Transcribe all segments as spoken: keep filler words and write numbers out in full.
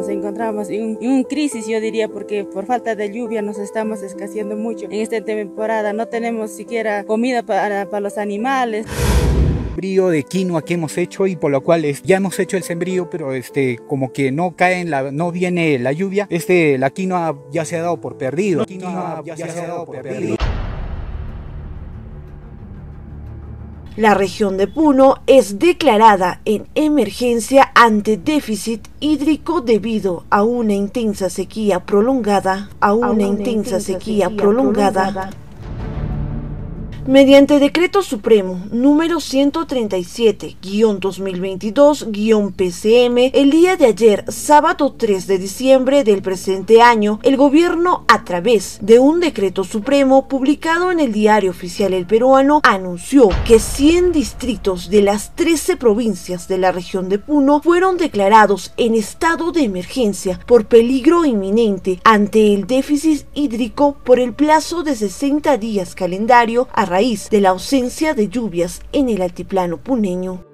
nos encontramos en un, en un crisis, yo diría, porque por falta de lluvia nos estamos escaseando mucho. En esta temporada no tenemos siquiera comida para, para los animales. Sembrío de quinoa que hemos hecho y por lo cual es, ya hemos hecho el sembrío, pero este como que no cae en la, no viene la lluvia, este la quinoa ya se ha dado por perdido. La quinoa ya, ya se ha dado por perdido. La región de Puno es declarada en emergencia ante déficit hídrico debido a una intensa sequía prolongada, a una, a una intensa, intensa sequía, sequía prolongada. prolongada. Mediante Decreto Supremo número ciento treinta y siete guión dos mil veintidós guión P C M, el día de ayer, sábado tres de diciembre del presente año, el gobierno, a través de un decreto supremo publicado en el Diario Oficial El Peruano, anunció que cien distritos de las trece provincias de la región de Puno fueron declarados en estado de emergencia por peligro inminente ante el déficit hídrico por el plazo de sesenta días calendario a raíz de la ausencia de lluvias en el altiplano puneño.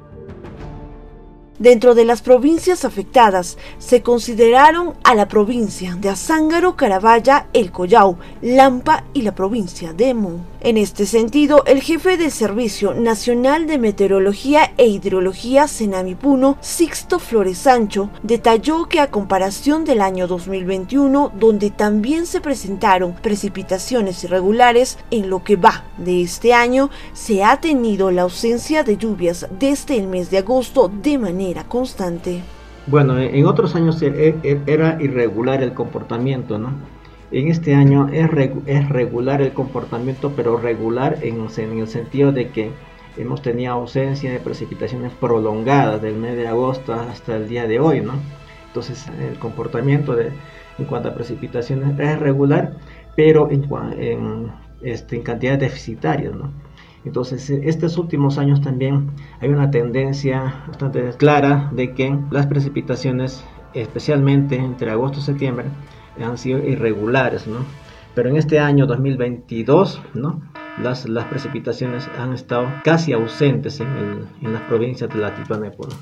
Dentro de las provincias afectadas se consideraron a la provincia de Azángaro, Carabaya, El Collao, Lampa y la provincia de Emo. En este sentido, el jefe del Servicio Nacional de Meteorología e Hidrología Senami Puno, Sixto Flores Sancho, detalló que a comparación del año dos mil veintiuno, donde también se presentaron precipitaciones irregulares, en lo que va de este año se ha tenido la ausencia de lluvias desde el mes de agosto de manera constante. Bueno, en otros años era irregular el comportamiento, ¿no? En este año es, regu es regular el comportamiento, pero regular en, en el sentido de que hemos tenido ausencia de precipitaciones prolongadas del mes de agosto hasta el día de hoy, ¿no? Entonces el comportamiento de, en cuanto a precipitaciones es regular, pero en, en, este, en cantidades deficitarias, ¿no? Entonces, estos últimos años también hay una tendencia bastante clara de que las precipitaciones, especialmente entre agosto y septiembre, han sido irregulares, ¿no? Pero en este año dos mil veintidós, ¿no? Las, las precipitaciones han estado casi ausentes en, el, en las provincias del altiplano de Puno.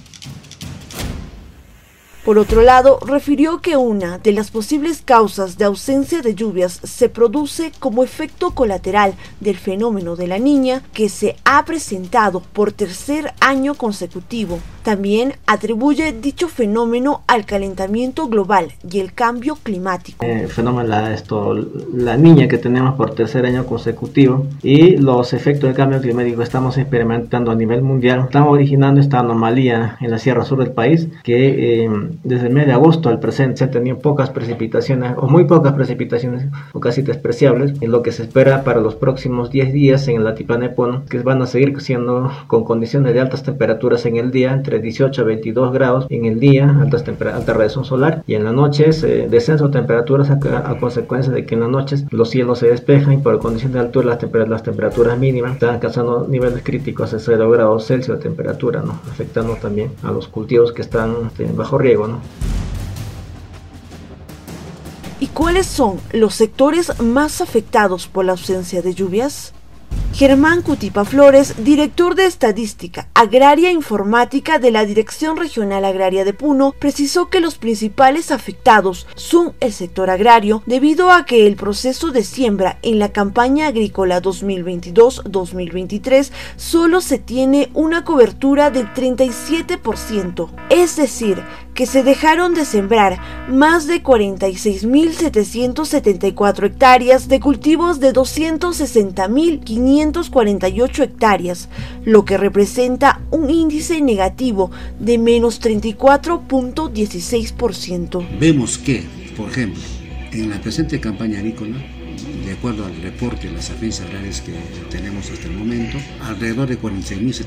Por otro lado, refirió que una de las posibles causas de ausencia de lluvias se produce como efecto colateral del fenómeno de la Niña, que se ha presentado por tercer año consecutivo. También atribuye dicho fenómeno al calentamiento global y el cambio climático. El fenómeno, la, esto, la Niña que tenemos por tercer año consecutivo y los efectos del cambio climático que estamos experimentando a nivel mundial están originando esta anomalía en la sierra sur del país que eh, desde el mes de agosto al presente se han tenido pocas precipitaciones o muy pocas precipitaciones o casi despreciables, en lo que se espera para los próximos diez días en el altiplano de Puno, que van a seguir siendo con condiciones de altas temperaturas en el día, entre dieciocho a veintidós grados en el día, altas alta radiación solar, y en las noches eh, descenso de temperaturas a, a consecuencia de que en las noches los cielos se despejan y por condición de altura las, temper las temperaturas mínimas están alcanzando niveles críticos de cero grados Celsius de temperatura, ¿no? Afectando también a los cultivos que están este, bajo riego, ¿no? ¿Y cuáles son los sectores más afectados por la ausencia de lluvias? Germán Cutipa Flores, director de Estadística Agraria e Informática de la Dirección Regional Agraria de Puno, precisó que los principales afectados son el sector agrario, debido a que el proceso de siembra en la campaña agrícola dos mil veintidós dos mil veintitrés solo se tiene una cobertura del treinta y siete por ciento, es decir, que se dejaron de sembrar más de cuarenta y seis mil setecientos setenta y cuatro hectáreas de cultivos de doscientos sesenta mil quinientos cuarenta y ocho hectáreas, lo que representa un índice negativo de menos treinta y cuatro punto dieciséis por ciento. Vemos que, por ejemplo, en la presente campaña agrícola, de acuerdo al reporte de las agencias agrarias que tenemos hasta el momento, alrededor de cuarenta y seis mil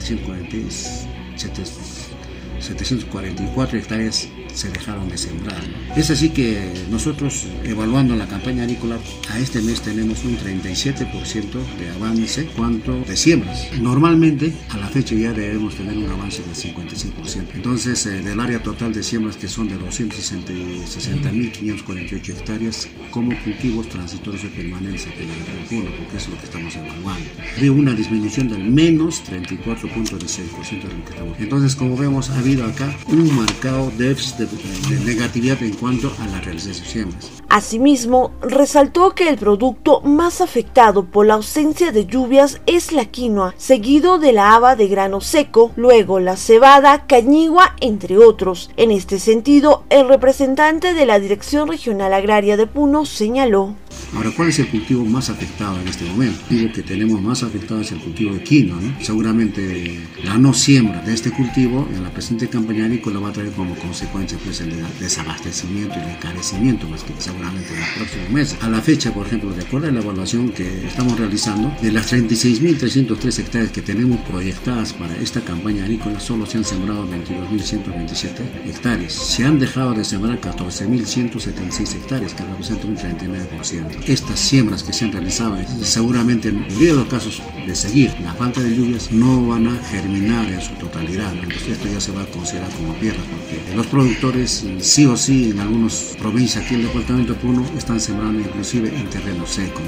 setecientos cuarenta y cuatro hectáreas se dejaron de sembrar. Es así que nosotros, evaluando la campaña agrícola, a este mes tenemos un treinta y siete por ciento de avance cuanto de siembras. Normalmente, a la fecha ya debemos tener un avance del cincuenta y seis por ciento. Entonces, eh, del área total de siembras, que son de doscientos sesenta mil quinientos cuarenta y ocho hectáreas, como cultivos transitorios de permanencia en el Puno, porque es lo que estamos evaluando. Hay una disminución del menos treinta y cuatro punto dieciséis por ciento de lo que estamos. Entonces, como vemos, ha habido acá un marcado déficit de de, de negatividad en cuanto a la realización de siembras. Asimismo, resaltó que el producto más afectado por la ausencia de lluvias es la quinoa, seguido de la haba de grano seco, luego la cebada, cañigua, entre otros. En este sentido, el representante de la Dirección Regional Agraria de Puno señaló: Ahora, ¿cuál es el cultivo más afectado en este momento? Digo que tenemos más afectado es el cultivo de quinoa, ¿no? Seguramente la no siembra de este cultivo en la presente campaña agrícola va a traer como consecuencia pues el desabastecimiento y el encarecimiento más que seguramente en los próximos meses. A la fecha, por ejemplo, de acuerdo a la evaluación que estamos realizando, de las treinta y seis mil trescientos tres hectáreas que tenemos proyectadas para esta campaña agrícola, solo se han sembrado veintidós mil ciento veintisiete hectáreas. Se han dejado de sembrar catorce mil ciento setenta y seis hectáreas, que representan un treinta y nueve por ciento. Estas siembras que se han realizado seguramente en la mayoría de los casos de seguir la falta de lluvias no van a germinar en su totalidad. Entonces esto ya se va a considerar como pierdas porque los productores sí o sí en algunas provincias aquí en el departamento de Puno están sembrando inclusive en terreno seco.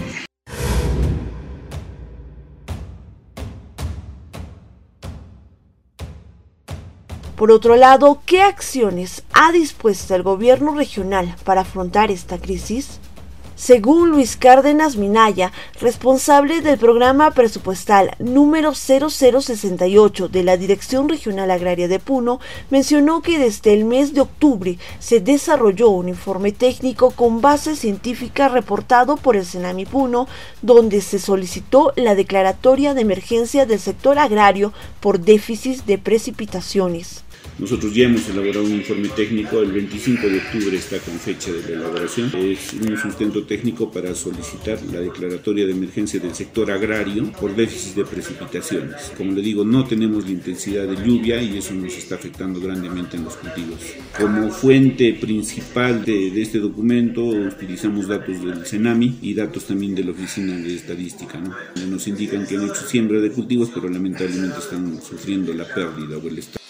Por otro lado, ¿qué acciones ha dispuesto el gobierno regional para afrontar esta crisis? Según Luis Cárdenas Minaya, responsable del programa presupuestal número cero cero sesenta y ocho de la Dirección Regional Agraria de Puno, mencionó que desde el mes de octubre se desarrolló un informe técnico con base científica reportado por el Senami Puno, donde se solicitó la declaratoria de emergencia del sector agrario por déficit de precipitaciones. Nosotros ya hemos elaborado un informe técnico, el veinticinco de octubre está con fecha de la elaboración. Es un sustento técnico para solicitar la declaratoria de emergencia del sector agrario por déficit de precipitaciones. Como le digo, no tenemos la intensidad de lluvia y eso nos está afectando grandemente en los cultivos. Como fuente principal de, de este documento utilizamos datos del Senami y datos también de la Oficina de Estadística, ¿no? Nos indican que han hecho siembra de cultivos, pero lamentablemente están sufriendo la pérdida o el estado.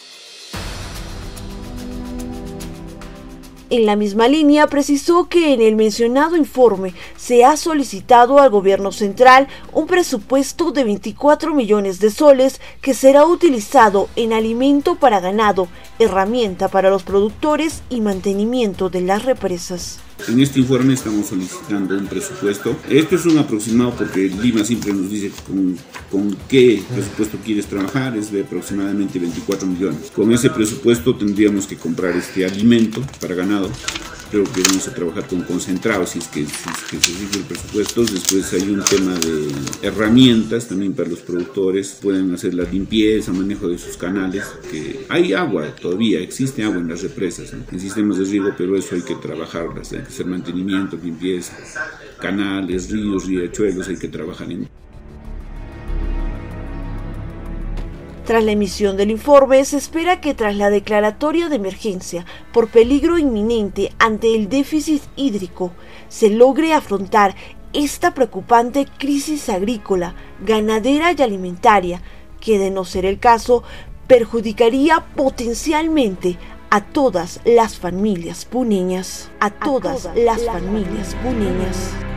En la misma línea, precisó que en el mencionado informe se ha solicitado al gobierno central un presupuesto de veinticuatro millones de soles que será utilizado en alimento para ganado, herramienta para los productores y mantenimiento de las represas. En este informe estamos solicitando un presupuesto. Esto es un aproximado porque Lima siempre nos dice con, con qué presupuesto quieres trabajar, es de aproximadamente veinticuatro millones. Con ese presupuesto tendríamos que comprar este alimento para ganado. Creo que vamos a trabajar con concentrados si es que, si es que se sigue el presupuesto. Después hay un tema de herramientas también para los productores. Pueden hacer la limpieza, manejo de sus canales. Que hay agua todavía, existe agua en las represas, ¿no? En sistemas de riego, pero eso hay que trabajarlas. Hay que hacer mantenimiento, limpieza, canales, ríos, riachuelos, hay que trabajar en. Tras la emisión del informe, se espera que tras la declaratoria de emergencia por peligro inminente ante el déficit hídrico, se logre afrontar esta preocupante crisis agrícola, ganadera y alimentaria, que de no ser el caso, perjudicaría potencialmente a todas las familias puneñas, a todas las familias puneñas.